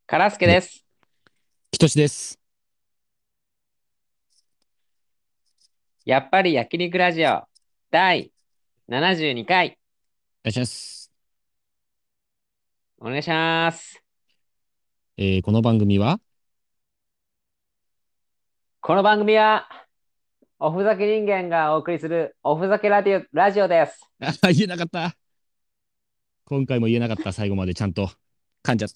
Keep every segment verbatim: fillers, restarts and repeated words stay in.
カラスケはい、 です。 ひとしです。 やっぱり焼肉ラジオだいななじゅうにかいお願いします。 お願いします。 えーこの番組はこの番組はおふざけ人間がお送りするおふざけラジオ、ラジオです。 あ、言えなかった。今回も言えなかった。最後までちゃんと噛んじゃった。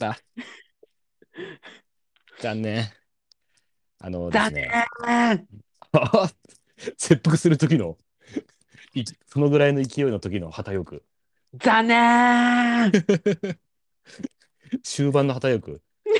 残念。あので残すね。 念切腹する時の、いそのぐらいの勢いの時の旗よく。 残念終盤の旗よく。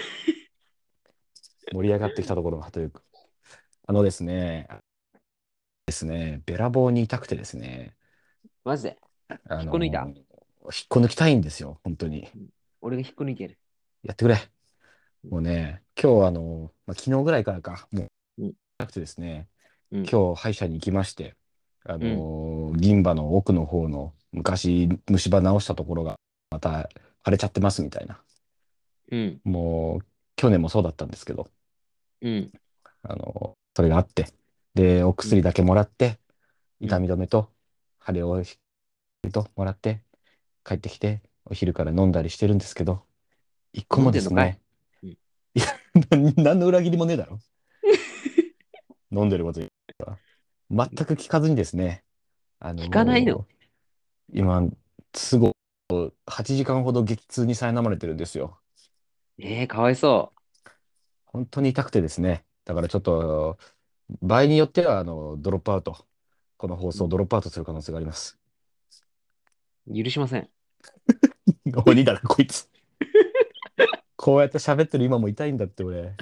盛り上がってきたところの旗よく。あのですね。ですね。べらぼうに痛くてですね。 マジであ引っこ抜いた。 の引っこ抜きたいんですよ。本当に。 うん、俺が引っこ抜いてる。 やってくれ。 うん、 もうね、今日あの、まあ、昨日ぐらいからか、もううん、 痛くてですね。 うん、 今日歯医者に行きまして、あうん。 のー銀歯の奥の方の昔虫歯治したところがまた腫れちゃってますみたいな。 うん。 もう去年もそうだったんですけど、 うん。 あのーそれがあって、で、おうん。 薬だけもらって、痛うん。 み止めと腫れをともらって帰ってきて、お昼から飲んだりしてるんですけど、一個飲んもでんのかい。 ですね、 うん。 いや、何の裏切りもねえだろ。飲んでることは。全く聞かずにですね、あ聞かないの。 のー今、都合はちじかんほど激痛に苛まれてるんですよ。 ええー、かわいそ本当に痛くてですね。だからちょっと、場合によっては、あの、ドロップアウト。この放う。う送をドロップアウトする可能性があります。 ん、許しません。 鬼だな、こいつ。こうやって喋ってる今も痛いんだって、俺。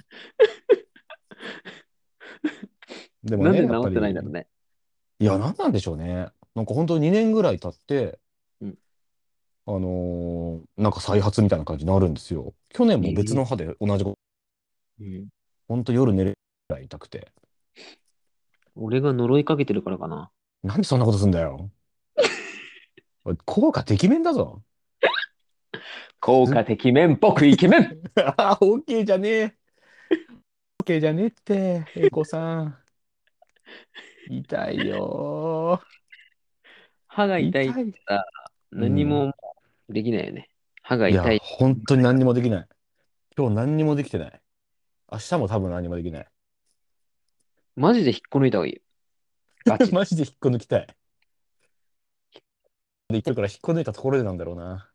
でもね、やっなんで治ってないんだろうぱり、 ね。 いや、なんなんでしょうね。なんか本当ににねんぐらい経って、 うん。 あのーなんか再発みたいな感じになるんですよ。去年も別ええ、 の歯で同じこと、 うん。 本当夜寝れるぐらい痛くて。 俺が呪いかけてるからかな。 なんでそんなことすんだよ。おい効果てきめんだぞ。 効すっ果てきめんぽくイケメン。 あ、オーケーじゃねえ。オーケーじゃねえって、栄子さん。痛いよ歯がー。 痛いって痛い。 さ、 うん。 何もできないよね。歯がいや、 痛い。 本当に何にもできない。今日何にもできてない。明日も多分何にもできない。 マジで引っこ抜いた方がいいよ。ガチで。 マジで引っこ抜きたい。で言ってるから引っこ抜いたところでなんだろうな。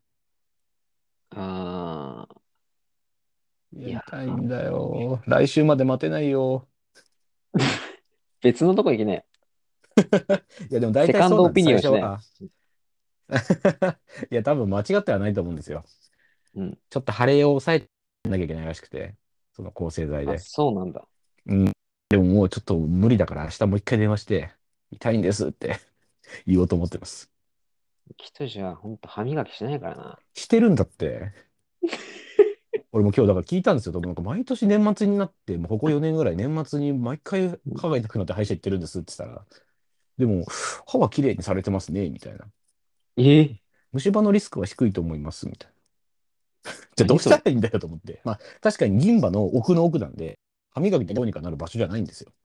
あー、 いや、 いや、 痛いんだよ。来週まで待てないよ。 別のとこ行けねいや、でもえ。 大セカンドオ体そうなんです、 ピニオンしない。 最初は。いや、多分間違ってはないと思うんですよ。 うん。 ちょっと腫れを抑えなきゃいけないらしくて、その抗生剤あ、 で。 そうなんだ。 うん。でももうちょっと無理だから明日もう一回電話して、痛いんですって言おうと思ってます。 人じゃ、ほんと歯磨きしないからな。 してるんだって。俺も今日だから聞いたんですよ。なんか毎年年末になって、もうここよねんぐらい年末に毎回うん、 歯が痛くなって歯医者行ってるんですって言ったら、でも歯は綺麗にされてますね、みたいな。 え、 虫歯のリスクは低いと思います、みたいな。じゃあどう何それ。 したらいいんだよと思って。まあ確かに銀歯の奥の奥なんで、歯磨きってどうにかなる場所じゃないんですよ。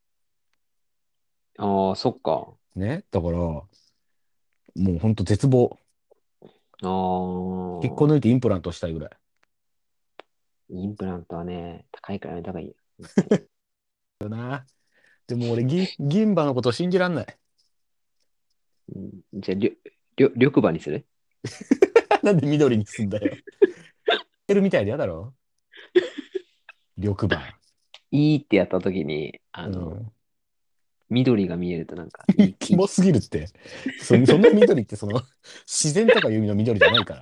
ああ、そっか。 ね。だから、もうほんと絶望。 ああ、 引っこ抜いてインプラントしたいぐらい。 インプラントはね、高いからやめた方がいいよ。本当に。 だな。でも俺銀、銀歯のことを信じらんない。 うん、じゃあ、りょ、りょ、緑馬にする。 なんで緑にすんだよ。てるみたいで嫌だろ緑馬。 いいってやったときに、あの、 うん。 緑が見えるとなんかいい、いい。 キモすぎるって。そ、その緑ってその自然とかいう意味の緑じゃないから。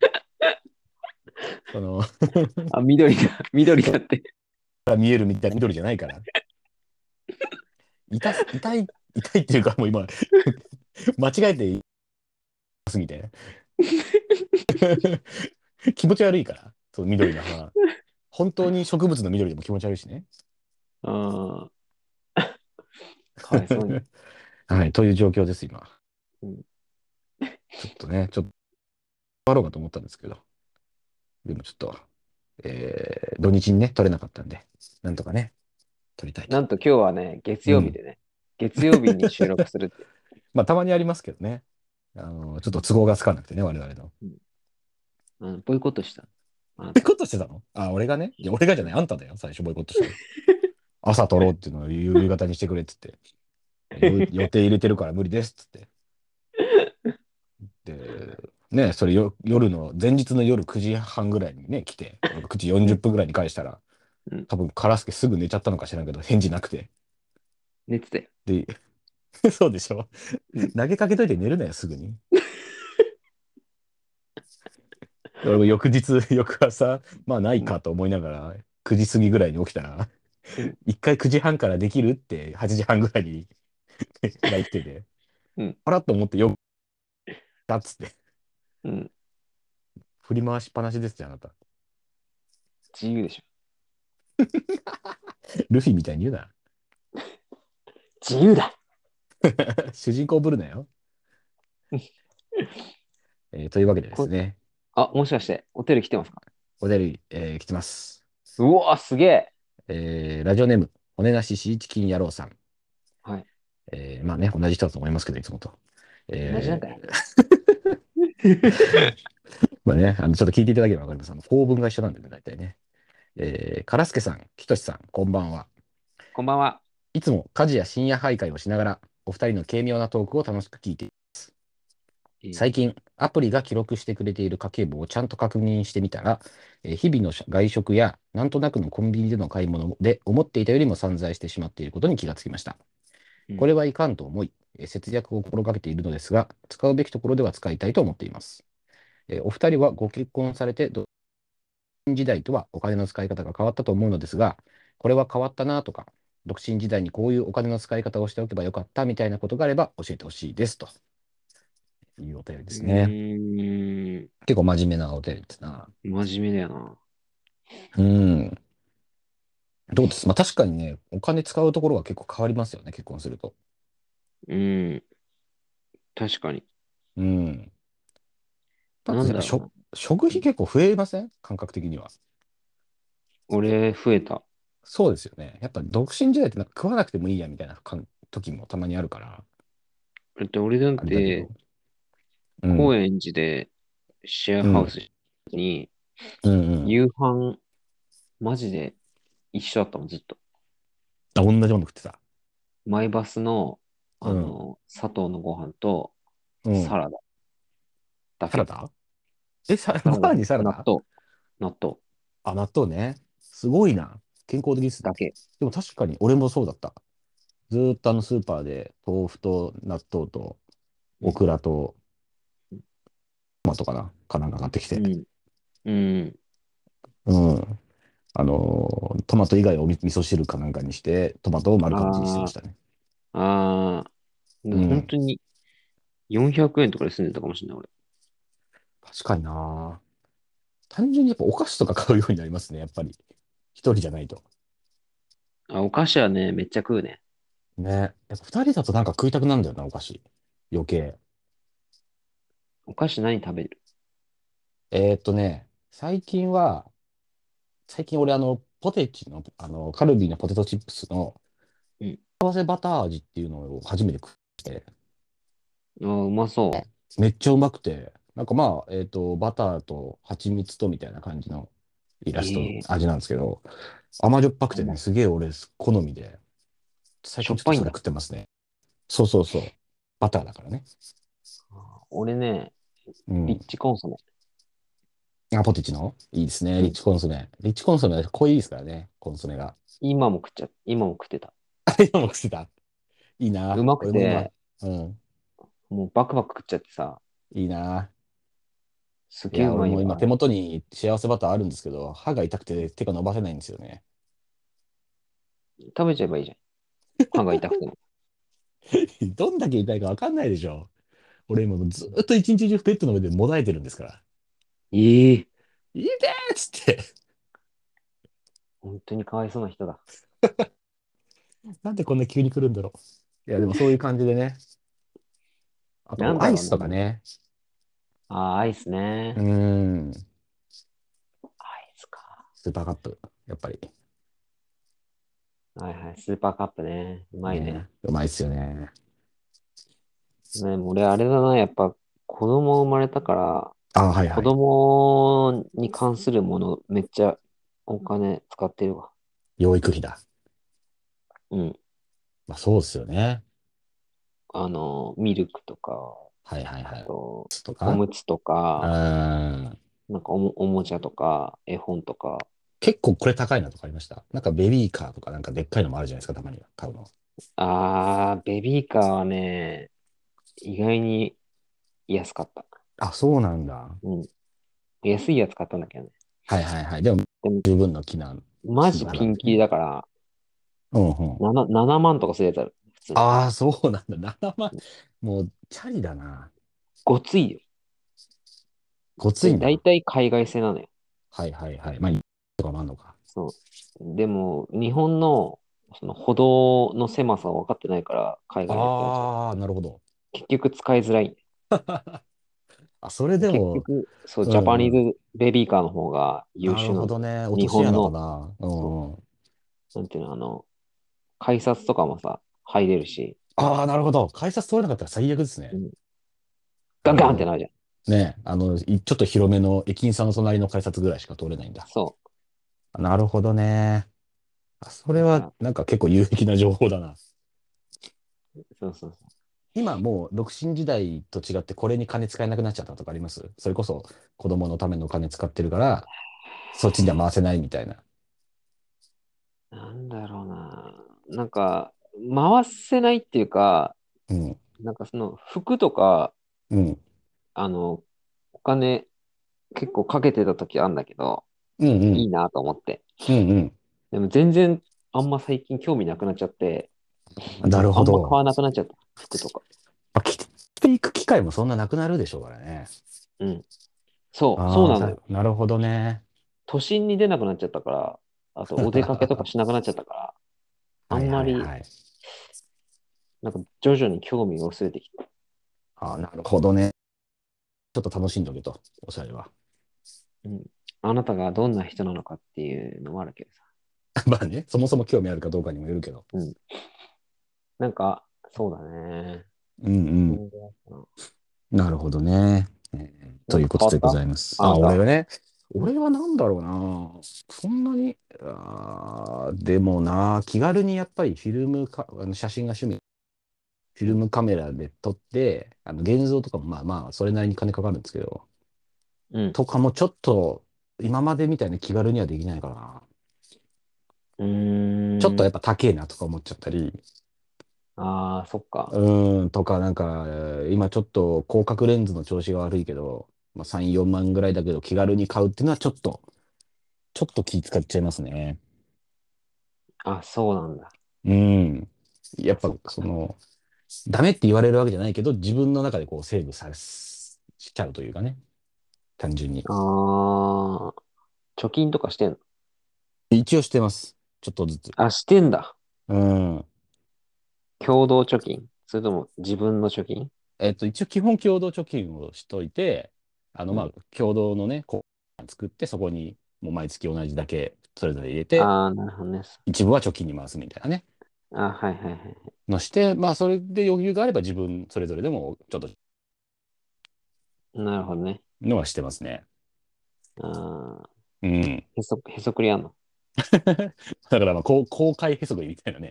そのあ、緑だ、緑だって。 見えるみたいな緑じゃないから。痛す、痛い、痛いっていうかもう今間違えてすぎて気持ち悪いから。その緑の歯。本当に植物の緑でも気持ち悪いしね。 ああ、かわいそうに。 はい、という状況です、今。 うん、 ちょっとね、ちょっと終わろうかと思ったんですけど。でもちょっとえー土日にね、取れなかったんで、なんとかね、取りたいと。 なんと今日はね、月うん。 曜日でね、月曜日に収録するっていう。 まあ、たまにありますけどね。あの、ちょっと都合がつかなくてね、我々の。っうん。うん、ボイコットした。あなてた。 ことしてたのあ、俺がね。いや、俺がじゃない、 うん。 あんただよ、最初ボイコットしたの。朝取ろうっていうのを夕方にしてくれって言って、よ予定入れてるから無理ですって言って。で、ね、それよ夜の、前日の夜くじはんぐらいにね、来て、俺がくじ40 うん。 分ぐらいに返したら、 うん。 多分カラスケすぐ寝ちゃったのか知らんけど、返事なくて。 寝てたよ。 で、そうでしょ。 うん。 投げかけといて寝るなよ、すぐに。俺も翌日、翌朝、まあないうん。 かと思いながら、くじ過ぎぐらいに起きたら、 うん。 一回くじはんからできるってはちじはんぐらいにライン来てて、 うん。 あらと思ってよっだっつって、 うん。 振り回しっぱなしですってあなた。 自由でしょ。 ルフィみたいに言うな。 自由だ。 主人公ぶるなよ。えーというわけでですこね、 あ、もしかして、お便り来てますか？ お便り、えー来てます。 うわ、すげえ。 えーラジオネーム、骨なしシーチキン野郎さん。 はい。 えーまあね、同じ人だと思いますけど、いつもと。 同じなんかい。 えーまあね、あの、ちょっと聞いていただければわかります。あの、構文が一緒なんでね、大体ね。えー、からすけさん、きとしさん、こんばんは。 こんばんは。 いつも家事や深夜徘徊をしながら、お二人の軽妙なトークを楽しく聞いて、 えー最近、アプリが記録してくれている家計簿をちゃんと確認してみたら、えー日々の外食や、なんとなくのコンビニでの買い物で思っていたよりも散財してしまっていることに気がつきました。 うん。 これはいかんと思い、えー節約を心がけているのですが、使うべきところでは使いたいと思っています。えーお二人はご結婚されて、独身時代とはお金の使い方が変わったと思うのですが、これは変わったなとか、独身時代にこういうお金の使い方をしておけばよかったみたいなことがあれば教えてほしいですというお便りでうすね。 ーん。 結構真面目なお便りですな。 真面目だよな。 うん。どうですまあ確かにね、お金使うところは結構変わりますよね、結婚すると。 うん。確かに。 うん。だってやっぱ食、 なんだろうな。 食費結構増えません感覚的には。 俺、増えた。 そうですよね。やっぱ独身時代ってなんか食わなくてもいいやみたいな感時もたまにあるから、 だって俺なんあれだけど。 て、 うん。 高円寺でシェアうん。 ハウスに、 うんうん。 夕飯、マジで一緒だったもん、ずっと。 あ、同じもの食ってた。 マイバスの、 うん。 あの、砂糖のご飯とうん。 サラダだけ。 サラダえ、さ、 サラダ、 ご飯にサラダ納豆、納豆あ、納豆ね。すごいな。健康的ですね。 だけ。 でも確かに俺もそうだった。ずーっとあのスーパーで豆腐と納豆とオうん。 クラとトマトかなかなんか買ってきて。 うん。うん。 うん。あのートマト以外をみ味噌汁かなんかにして、トマトを丸かじりしてまあしたね。 あ、ああ、 うん。 本当によんひゃくえんとかで済んでたかもしれない、俺。 確かにな。単純にやっぱお菓子とか買うようになりますね、やっぱり。一人じゃないと。 あ、お菓子はね、めっちゃ食うね。 ね。やっぱ二人だとなんか食いたくなるんだよな、お菓子。余計。 お菓子何食べる？ えーっとね、最近は、最近俺あの、ポテチの、あの、カルビーのポテトチップスのうん。 幸せバター味っていうのを初めて食って、 あー、うまそめっちゃうまくて、なんかまあ、えっと、バターと蜂蜜とみたいな感じのイう。 ラスト、 ええ味なんですけど、甘じょっぱくてね、 ー、 すげえ俺好みで、最しょ近ちょっとそれっぱいんだ。 食ってますね。そうそうそう。バターだからね。 あー俺ね、 うん。 リッチコンソメ。 あ、ポテチのいいですね。 うん。 リッチコンソメ。リッチコンソメは濃いですからね、コンソメが。 今も食っちゃ、今も食ってた。 あ、今も食ってた。いいな。 うまく俺も今、 て、 うん。 もうバクバク食っちゃってさ、 いいな。 すげえいや、 うまいよ、 俺も今手あれ。 元に幸せバターあるんですけど、歯が痛くて手が伸ばせないんですよね。 食べちゃえばいいじゃん。歯が痛くても。 どんだけ痛いかわかんないでしょ。俺今もうずっと一日中ベッドの上でもだえてるんですから。 ええ、 いいでーっつって。 本当にかわいそうな人だ。 なんでこんな急に来るんだろう。いや、でもそういう感じでね。あと、 なんだろうな。 アイスとかね。 ああ、アイスうーね。 ん。 アイスか。 スーパーカップ、やっぱりはいはい。スーパーカップね。うまいね。 ね、うまいっすよね。 ね、俺あれだな。やっぱ子供生まれたから、 あ、はいは子い。 供に関するものめっちゃお金使ってるわ。 養育費だ。 うん。 まあ、そうっすよね。 あの、ミルクとか、 はいはいはい。 と、 とか、 おむつとうか、 ーん。 なんかおも、おもちゃとか、絵本とか。 結構これ高いなとかありました。なんかベビーカーとかなんかでっかいのもあるじゃないですか、たまには。買うの。 あー、ベビーカーはね、意外に安かった。 あ、そうなんだ。 うん。安いやつ買ったんだけどね。 はいはいはい。でも、 でも、 十分の気な、 マ気ジピンキリがあるわけね。 だから、 うんうん。 なな、ななまんとかするやつある。普通に。 ああ、そうなんだ。ななまん。もう、チャリだな。 ごついよ。で、 ごついんだ。 大体海外製なのよ。 はいはいはい。まあ、とかもあんのか。 そう。でも、日本の、その歩道の狭さを分かってないから、海外の人たちは。 ああ、なるほど。 結局使いづらい。 あ、それでも、 結局、そう、 うジャパニんうん。 ーズベビーカーの方が優なる秀なんだよ。 ほどね。落とし穴か日本の、 な。うそう、 んうん。 なんていうの、あの、改札とかもさ、入れるし、 ああ、なるほど。改札通れなかったら最悪ですね。 うん、ガンなるほど。 ガンってなるじゃん。 ね、あの、いちょっと広めの駅員さんの隣の改札ぐらいしか通れないんだ。 そなるほどね。あ、そう。 れはだから、 なんか結構有益な情報だな。 そうそうそ今もう独身時代と違ってこれに金使えなくなっちゃったとかあります？それこそ子供のためのお金使ってるから、そっちには回せないみたいな。 う。なんだろうな。なんか、回せないっていうか、 うん。 なんかその服とか、 うん。 あの、お金結構かけてた時あるんだけど、 うんうん。 いいなと思って。 うんでも全然あんま最近興味なくなっちゃって、 うん。なるあんま買ほど。 わなくなっちゃった。服とか。 まあ、着ていく機会もそんななくなるでしょうからね。 うん。そう、そうああ、さなのよ。 なるほどね。 都心に出なくなっちゃったから、あとお出かけとかしなくなっちゃったから、あはいんまり、 はいはい。 なんか徐々に興味が薄れてきた。 ああ、なるほどね。ちょっと楽しんどけと、おしゃれは。 うん。あなたがどんな人なのかっていうのもあるけどさ。 まあね、そもそも興味あるかどうかにもよるけど。 うん。なんか、そうだね。 うんうん。 全然あったな。 なるほどね。えーなんということでごか変わったざいます。あ、 あなた。 俺はね、俺はなんだろうな。そんなに、あーでもな、気軽にやっぱりフィルムか、あの写真が趣味、フィルムカメラで撮って、あの現像とかもまあまあ、それなりに金かかるんですけど、 うん。 とかもちょっと、今までみたいに気軽にはできないからな。 うーん。 ちょっとやっぱ高えなとか思っちゃったり、 ああ、そっか。 うーん、とか、なんか、えー今ちょっと広角レンズの調子が悪いけど、まあ、さん、よんまんぐらいだけど気軽に買うっていうのはちょっと、ちょっと気使っちゃいますね。 あ、そうなんだ。 うん。やっあ、 ぱ、 そっか。 その、ダメって言われるわけじゃないけど、自分の中でこうセーブされ、しちゃうというかね。単純に。 ああ、貯金とかしてんの？ 一応してます。ちょっとずつ。 あ、してんだ。 うん。 共同貯金それとも自分の貯金？ えっと、一応基本共同貯金をしといて、あの、 うん。 まあ、共同のね、こう、作って、そこにもう毎月同じだけそれぞれ入れて、 ああ、なるほどね。 一部は貯金に回すみたいなね。 あ、はいはいはい。 のして、まあ、それで余裕があれば自分それぞれでもちょっとなるほどね。 のはしてますね。 ああ、 うん。 へそ、へそくりあんの？ だからまあ、こう公開へそくりみたいなね。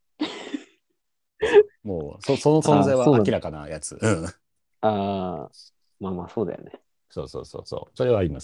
もう、そ、その存ああ、 在はそうなんだ。 明らかなやつ。うん。 ああ、まあまあそうだよね。 そうそうそうそう。それはあります。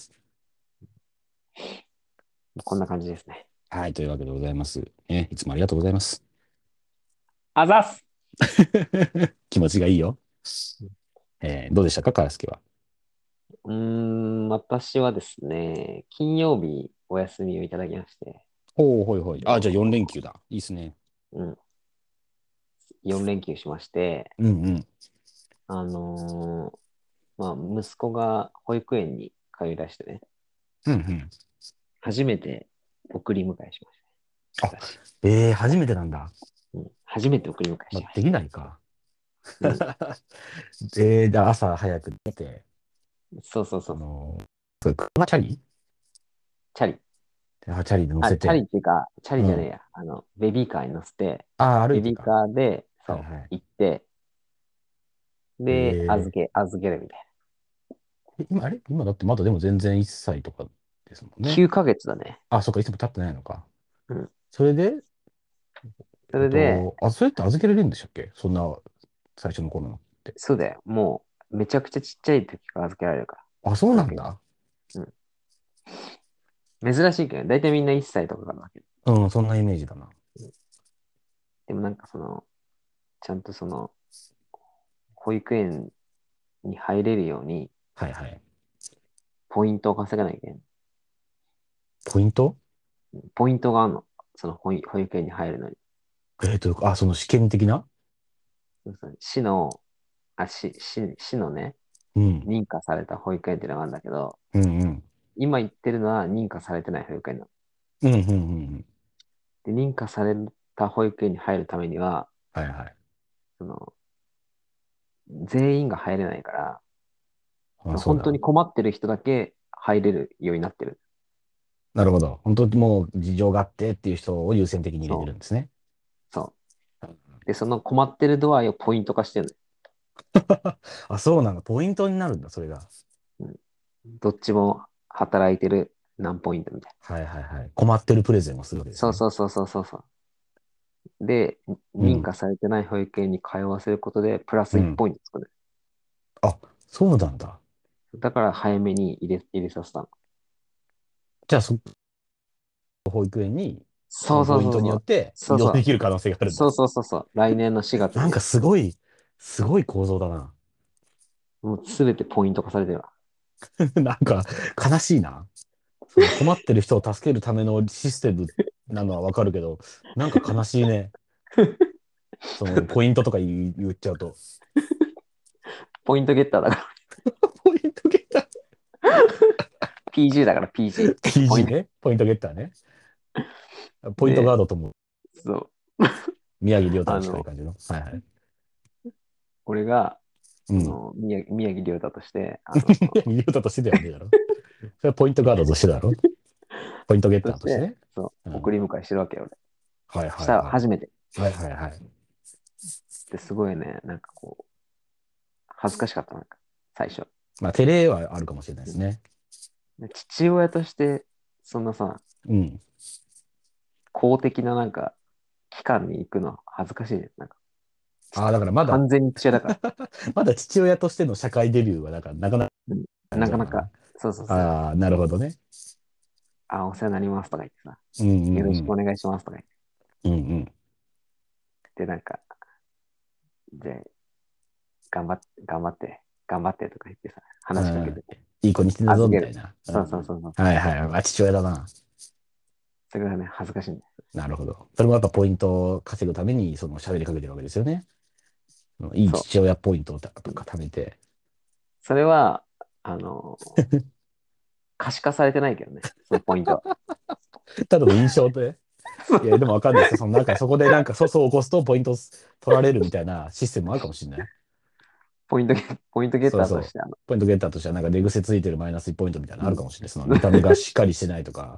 こんな感じですね。 はい。というわけでございます。ね、いつもありがとうございます。 あざっす。 気持ちがいいよ。えーどうでしたか、カラスケは。 うーん、私はですね、金曜日お休みをいただきまして、 ほうほいほい。あ、じゃあよん連あの休だ。いいっすね。 うん、よん連休しまして、 うんうん。 あのーまあ、息子が保育園に通い出してね、 うんうん。 初めて送り迎えしましあ、 た。私。 えー、初めてなんだ。 うん、初めて送り迎えまあ、できしました。 ないか。 うん、 えー、で、朝早く出て、 そうそうそう。 あのー、それ車チャリチャリ。 あ、チャリで乗あ、チャリせて。 っていうか、チャリうん。 じゃねえや。あの、ベビーカーに乗せて、 ああ、歩いベビーてか。 カーで、そう、 はいはい。 行って、で、預えけ、預けるみたいー、え今、あれ今だってまだでも全然いっさいとかですもんな。 ね。 きゅうかげつだね。 あ、そっか、いつも経ってないのか。 うん。 それで、 そえっれで、 と、あ、それって預けられるんでしたっけそんな最初の頃のって。 そうだよ。もう、めちゃくちゃちっちゃい時から預けられるかあ、そうら。預ける。 なんだ。 うん。珍しいけどね、大体みんないっさいとかからだけど。 うん、そんなイメージだな。 うん。でもなんかその、ちゃんとその、保育園に入れるように、 はいはい。 ポイントを稼がなきゃいけない。 ポイントポイントがあるの。その保育保育園に入るのに。 えっと、あ、その試験的なそうそう市の、あ、市、市、市のね、 うん。 認可された保育園っていうのがあるんだけど、 うんうん。 今言ってるのは認可されてない保育園なの。 うんうんうんうん。 で、認可された保育園に入るためには、 はいはい。 その、全員が入れないから、 あ、 そのそうだ。 本当に困ってる人だけ入れるようになってる。 なるほど。本当にもう事情があってっていう人を優先的に入れてそう、 るんですね。 そう。で、その困ってる度合いをポイント化してるあ、そうなんだ。ポイントになるんだ、それが。 の。うん。どっちも働いてる何ポイントみたいな。 はいはいはい。困ってるプレゼンをするわけですね。 そうそうそうそうそうそう。で、認うん。 可されてない保育園に通わせることで、プラスいちうん。 ポイントつくね。 あ、そうなんだ。 だから早めに入れ、入れさせたの。 じゃあ、そ、保育園に、そそうのポイントそうそうそう。 によって移動そうそう。 できる可能性があるんだ。 そうそうそうそう。来年のしがつなんかに、 すごい、すごい構造だな。 もうすべてポイント化されてるわ。 なんか悲しいな。その困ってる人を助けるためのシステムなのはわかるけど、なんか悲しいね。そのポイントとか言い言っちゃうと。 ポイントゲッターだから。 ポイントゲッタピージー だから ピージー。 ー、 ポインピージー ね。ポイントゲッターね。 ト。 ポイントガーで、 ドともそう。 宮城亮太に近いあの、 感じの。はいはい。 俺が、 うん。 その、宮城、宮城亮太として、あの、 宮城亮太としてではねえだろ。それはポイントガードとしてだろ。ポイントゲッとして、 ターとしてね。 そう、 うん。 送り迎えしてるわけよ、俺。 はいしたらはいはい。 初めて。 はいはいはい。 で、すごいね、なんかこう、恥ずかしかった、なんか、最初。 まあ、照れはあるかもしれないですね。 で父親として、そんなさ、 うん。 公的ななんか、機関に行くの恥ずかしいね。なんか、 ああ、だからまだ完全に父親だから。 まだ父親としての社会デビューは、だからなかなかうん、 感じなのかな。 なかなか、そうそうそう。 ああ、なるほどね。 あ、お世話になりますとか言ってさ、 うんうよろしくおん願いしますとか言っうん。うんうん。 て、なんか、じゃあ、頑張って、頑張って、頑張ってとか言ってさ、話しかけて、 いい子にしてたぞ、 預ける。 みたいな。うそうそうん。 そうそう。 はいはい。あ、父親だな。 それがね、恥ずかしいんだよ。 なるほど。それもやっぱポイントを稼ぐために、その喋りかけてるわけですよね。いいそう。 父親ポイントをたうん。 とか貯めて。 それは、あの、可視化されてないけどね、そのポイントは。 ただの印象で。いや、でもわかんないですよ。そのなんかそこでなんか粗相を起こすとポイント取られるみたいなシステムもあるかもしれない。 ポイントゲ、ポイントゲッそうそう。 ターとして、あの、 ポイントゲッターとしてはなんか寝癖ついてるマイナスいちポイントみたいなのうん。 あるかもしれない。その見た目がしっかりしてないとか、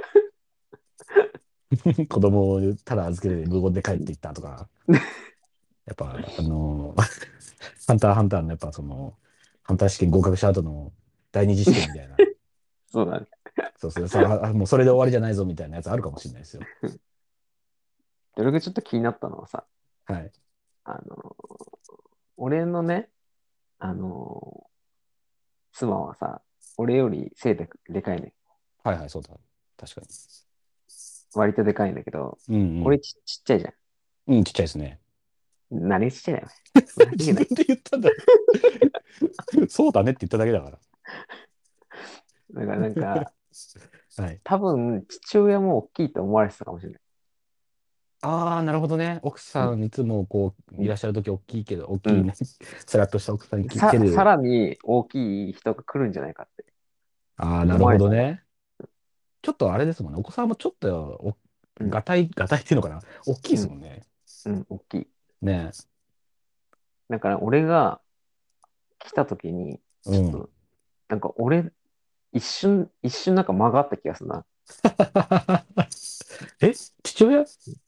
子供をただ預けて無言で帰っていったとか、やっぱあのーハンターハンターのやっぱその、ハンター試験合格した後の第二次試験みたいな、 そうだね。 そうそう、さあ、もうそれで終わりじゃないぞみたいなやつあるかもしれないですよ。 で俺がちょっと気になったのはさ、 はい。 あの、俺のね、あの、妻はさ、俺より背ででかいね。 はいはい、そうだ。確かに。 割とでかいんだけど、 うんうん。 俺ち、ちっちゃいじゃん。 うん、ちっちゃいですね。 何ちっちゃいだよ。ふざけんなよ。 自分で言ったんだ。そうだねって言っただけだかだからなんか、 ら。はい。 多分、父親も大きいと思われてたかもしれない。 ああ、なるほどね。奥うん。 さんいつもこう、いらっしゃるとき大きいけど、大うん。 きいね。スラッとした奥さんにけさ、さる。 らに大きい人が来るんじゃないかってああ、なる思われてたの。 ほどね。ちょっとあれですもんね。お子さんもちょっとお、 うん。 がたい、がたいっていうのかな。大きいでうん。 すもんね。 うん。大きい。 ねだから俺が来た時に、 え。うん。 ちょっと、なんか俺、一瞬、一瞬なんか間があった気がするな。 え、父親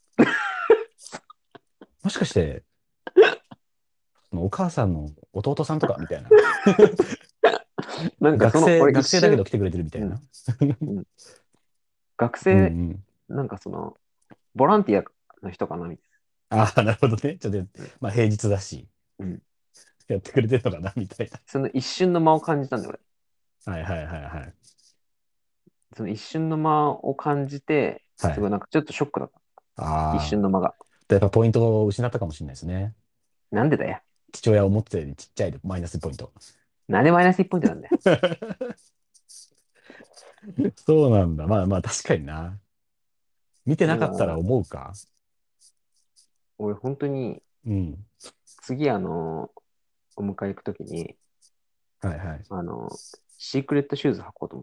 もしかして、そのお母さんの弟さんとかみたいな。 なんかその、 学生、 俺一学生だけ瞬、 ど来てくれてるみたいうん、 な。 うん、学うんう生、 ん。 なんかその、ボランティアの人かなみたいああ、なるほどね。ちょっと、 な。 まあ平日だし、 うん。 やってくれてるのかなみたいな。 その一瞬の間を感じたんだよ、俺。 はいはいはいはい。 その一瞬の間を感じて、 はい。 すごいなんかちょっとショックだった。一ああ、 瞬の間が。 やっぱポイントを失ったかもしれないですね。 なんでだよ。 父親を持ってたよりちっちゃいでマイナスポイント。 なんでマイナスいちポイントなんだよ。 そうなんだ。まあまあ確かにな。見てなかったらだから、 思うか。 俺本当に、 うん。 次あの、お迎え行くときに、 はいはい。 あの、シークレットシューズ履こうと思って。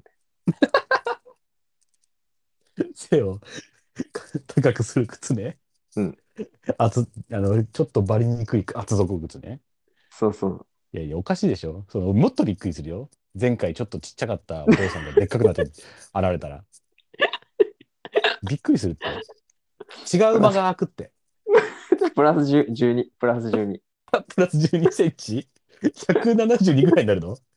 背を高くする靴ね。 うん。 厚、あの、ちょっとバリにくい厚底靴ね。 そうそう。 いやいや、おかしいでしょ。その、もっとびっくりするよ。前回ちょっとちっちゃかったお父さんがでっかくなって現れたら。びっくりするって。違う間がプラス、 空くって。 プラスじゅう、じゅうに、プラスじゅうに。 プラスじゅうにセンチ？ ひゃくななじゅうに ぐらいになるの？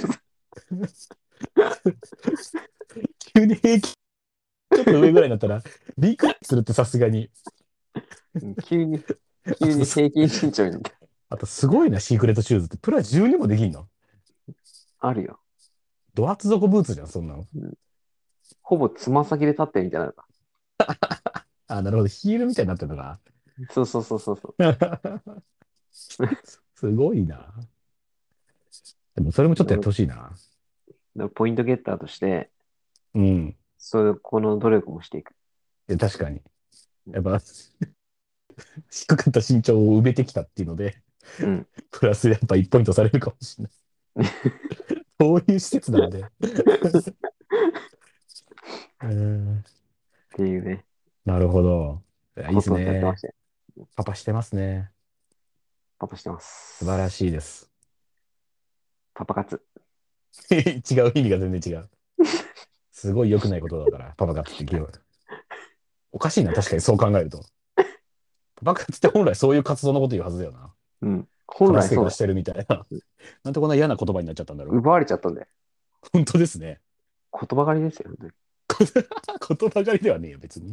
急に平均ちょっと上ぐらいになったら、びっくりするってさすがに。 急に、 あと、 急に平均身長になった。 あとすごいな、シークレットシューズって。プラじゅうにもできんの？ あるよ。 ド厚底ブーツじゃん、そんなの。 うん、ほぼつま先で立ってるみたいなのが。 あ、なるほど。ヒールみたいになってるのか。 そうそうそうそうそすごいな。でもそれもちょっとやってう。 ほしいな。 だポイントゲッターとして、 うん。 そういう、この努力もしていく。 え、確かに。やっぱ、低かった身長を埋めてきたっていうので、 うん。 プラスやっぱいちポイントされるかもしれない。そういう施設なんで。うーん、 っていうね、 なるほど。いやいいですことをやってましね。 たよ。 パパしてますね。 パパしてま素晴らす。 しいです。 パパ活。 違う、意味が全然違う。すごい良くないことだから、パパ活って言う。おかしいな、確かにそう考えると。パパ活って本来そういう活動のこと言うはずだよな。 うん。 カ本来そうだよ。 ラスケがしてるみたいな。なんてこんな嫌な言葉になっちゃったんだろう。 奪われちゃったんで。 本当ですね。 言葉狩りですよ、本当に。 言葉狩りではねえよ、別に。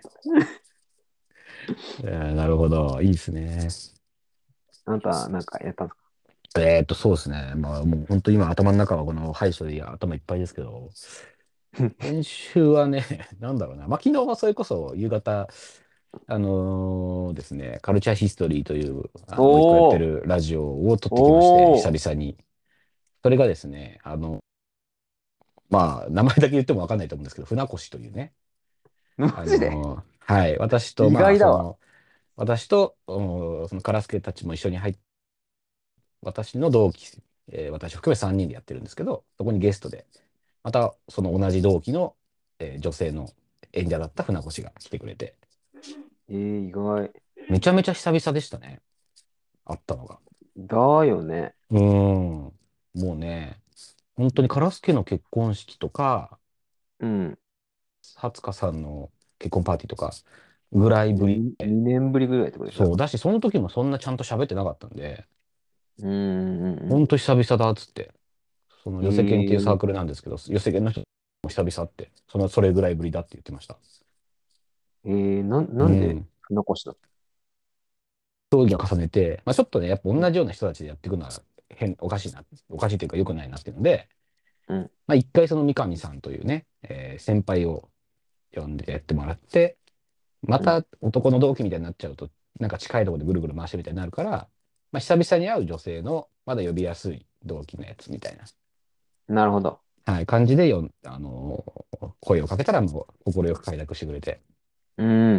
えーなるほど。いいですね。 あなた、なんかやったんですか？ えーっと、そうですね。まあ、もう本当今頭の中はこの歯医者で頭いっぱいですけど、先週はね、なんだろうな。まあ、昨日はそれこそ夕方、あのーですね、カルチャーヒストリーという、あの、もう一個やっておー、 るラジオを撮ってきまして、久おー、 々に。それがですね、あの、まあ、名前だけ言ってもわかんないと思うんですけど、船越というね、あマジでのーはい、私と、 意まあ、 外だわ。 その、私と、おそのカラスケたちも一緒に入っ私の同期、えー私含めさんにんでやってるんですけど、そこにゲストで、またその同じ同期の、えー女性の演者だった船越が来てくれて、 えー、意外。 めちゃめちゃ久々でしたね、会ったのが。 だよね。 うーん、もうね、本当にカラスケの結婚式とか、 うん。 初香さんの結婚パーティーとかぐらいぶり。 ににねんぶりぐらいってことでしょ？ そうだし、その時もそんなちゃんと喋ってなかったんで、 うんうん本当久々だっつって、そのうん。 寄せ研っていうサーえクルなんですけど、寄せ研の人も久々って、そのそれぐらいぶりだって言ってました。 ー、えー、な、なんでうん。 船越だった？ 競技を重ねて、まあ、ちょっとね、やっぱ同じような人たちでやっていくのは変、おかしいな、おかしいというか良くないなっていうので、 うん。 まあ、一回その三上さんというね、えー先輩を呼んでやってもらって、まうん。 た男の同期みたいになっちゃうと、なんか近いところでぐるぐる回してみたいになるから、まあ、久々に会う女性の、まだ呼びやすい同期のやつみたいな、 なるほど。 はい、感じでよん、あのー声をかけたら、もう快く快諾してくれて、 うん。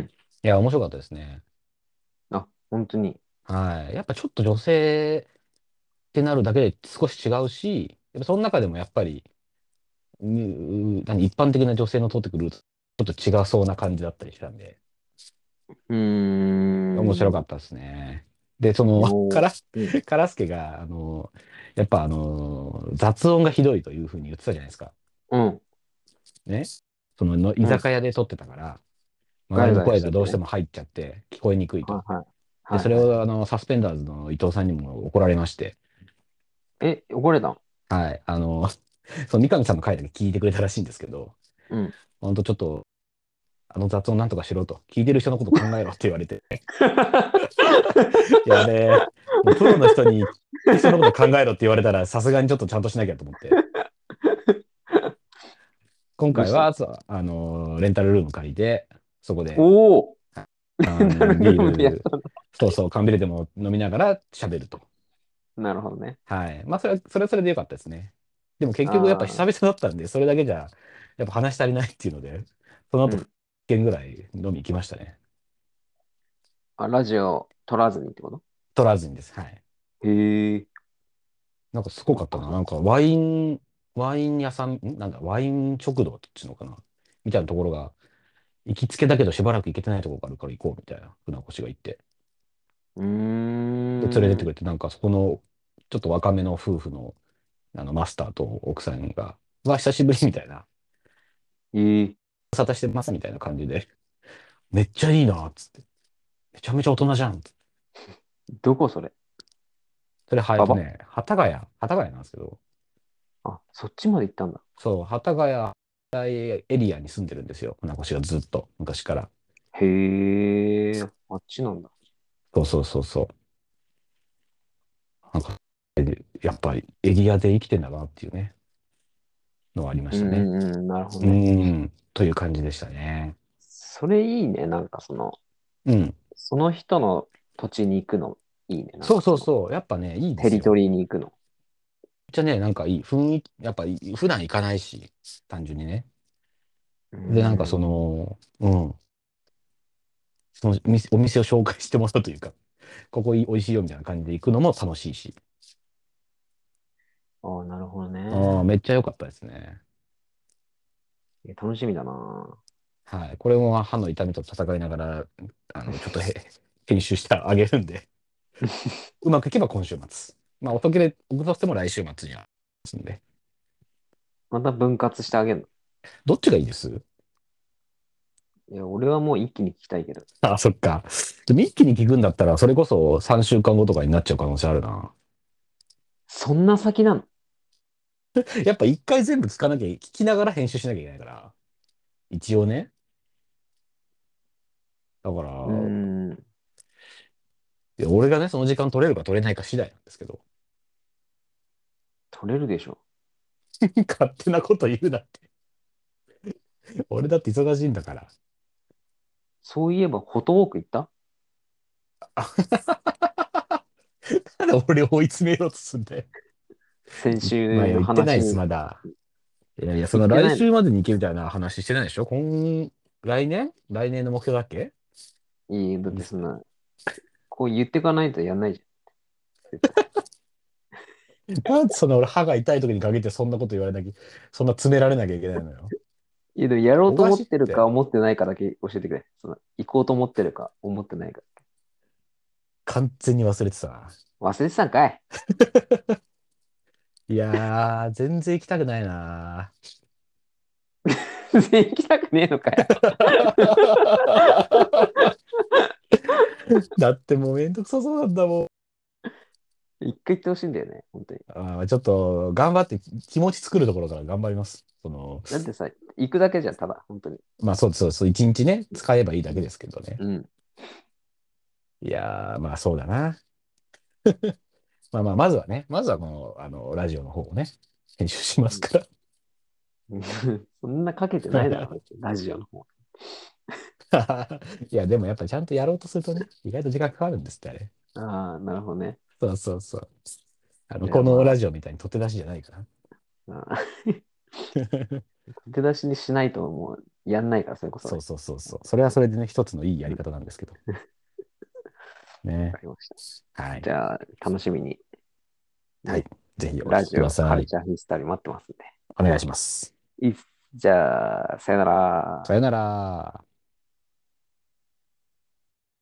いや、面白かったですね。 あ、本当に。 はい。やっぱちょっと女性ってなるだけで少し違うし、やっぱその中でもやっぱり、うー何、一般的な女性の通ってくるルート、ちょっと違うそうな感じだったりしたんで、 うーん。 面白かったですね。で、その、カおー。 ラス、 うん。 カラスケが、あの、やっぱあの、雑音がひどいというふうに言ってたじゃないですか。 うん。 ね。 そのの居うん。 酒屋で撮ってたから、周りのガヤガヤしててね。 声がどうしても入っちゃって聞こえにくいと。 はいはい。 で、それはいはいはい。 をあのサスペンダーズの伊藤さんにも怒られまして、 え、汚れたん？ はい、あの、そう、三上さんの回だけ聞いてくれたらしいんですけど、 うん。 ほんとちょっと、あの雑音なんとかしろと、聞いてる人のこと考えろって言われて、やべえ、もうプロの人に人のこと考えろって言われたら、さすがにちょっとちゃんとしなきゃと思って、今回どうしたの？ はそうあのレンタルルーム借りて、そこでおおー。レンタル缶ビルームでやっール、 たんだ。 そうそう、缶ビールでも飲みながら喋ると。 なるほどね。 はい。まあ、それは、それはそれでよかったですね。でも結局やっぱ久ああ、 々だったんで、それだけじゃ、やっぱ話し足りないっていうので、その後、 うん。 いっけんぐらい飲み行きましたね。 あ、ラジオ撮らずにってこと？ 取らずにです。はい。 へえ。 なんかすごかったな。なんかワイン、ワイン屋さん、んなんだ、ワイン食堂っていうのかなみたいなところが、行きつけだけどしばらく行けてないところがあるから行こうみたいな、船越が言って。 うーで、連れてってくん。 れて、なんかそこの、ちょっと若めの夫婦の、あの、マスターと奥さんが、うわ、久しぶりみたいな、 ええ。 ご無沙汰してますみたいな感じで、めっちゃいいな、つって。めちゃめちゃ大人じゃん。つってどこそれ？ それ、は、えっ馬場？ とね、幡ヶ谷、幡ヶ谷なんですけど、 あ、そっちまで行ったんだ。 そう、幡ヶ谷エリアに住んでるんですよ。船越がずっと、昔から。 へえ、あっちなんだ。 そうそうそうそう。なんか、えやっぱりエリアで生きてんだなっていうね、のはありまうんしたね。 うんうん、なるほうどね。 ーん、という感じでしたね。 それいいね。なんかその、 うん。 その人の土地に行くのいいね。なんそうかその、 そうそう。やっぱね、いいですよ。 テリトリーに行くの。 めっちゃね、なんかいい。雰囲気、やっぱいい普段行かないし、単純にね。 うで、なんかん。 その、うん。その店お店を紹介してもらうというか、ここいい美味しいよみたいな感じで行くのも楽しいし。 ああ、なるほどああ、 ね。 めっちゃ良かったですね。 いや楽しみだな。 はい。これも歯の痛みと戦いながら、あの、ちょっとへ編集してあげるんで、うまくいけば今週末。まあ、遅けれ、遅くとしても来週末には。ますんで。 また分割してあげるの？ どっちがいいです？ いや、俺はもう一気に聞きたいけど。 あ、そっか。でも一気に聞くんだったら、それこそさんしゅうかんごとかになっちゃう可能性あるな。 そんな先なの？ やっぱ一回全部聞かなきゃ、聞きながら編集しなきゃいけないから。一応ね。だかうーら、 ん。 いや俺がね、その時間取れるか取れないか次第なんですけど。 取れるでしょ。 勝手なこと言うなって。俺だって忙しいんだから。 そういえば、フォトウォーク行った？ ただ俺を追い詰めようとすんだよ。 先まあ、 週の言ってないです、 話に。 まだ。いやいや、その行ってないの？ 来週までに行けみたいな話してないでしょ？今、来年来年の目標だっけ？ いい、だっみすてそんな、こう言ってかないとやんないじゃん。絶対。 なんでそんな俺歯が痛い時に限ってそんなこと言われなきゃ、そんな詰められなきゃいけないのよ。 いや、でもやろうおかと思ってるかしいって。 思ってないかだけ教えてくれ。その、行こうと思ってるか思ってないか。 完全に忘れてたな。 忘れてたんかい？ いやー、全然行きたくないな。 全然行きたくねえのかよ。 だってもうめんどくさそうなんだもん。 一回行ってほしいんだよね、本当に。 あーちょっと頑張って気持ち作るところから頑張ります。その、 だってさ、行くだけじゃん、ただ、本当に。 まあそうそうそう、一日ね、使えばいいだけですけどね。 うん。 いやー、まあそうだな。まあまあ、まずはね、まずはこの、あの、ラジオの方をね、編集しますかそんなかけてないだろ、別にラジオの方。 ら。いや、でもやっぱちゃんとやろうとするとね、意外と時間かかるんですって、あれ。 ああ、なるほどね。 そうそうそう。あの、 じゃあこのラまジオみたいに取って出しじゃないから。 あ、あー手出しにしないともうやんないから、それこそね。 そうそうそうそう。それはそれでね、一つのいいやり方なんですけど。 わね。 かりました。 はい。 じゃあ、楽しみに、 はい。 ね、 ぜひお聞きくラジオ、カださい。 ルチャーヒストリー待ってますんで。 お願いします。 いいっす。じゃあ、さよなら。 さよなら。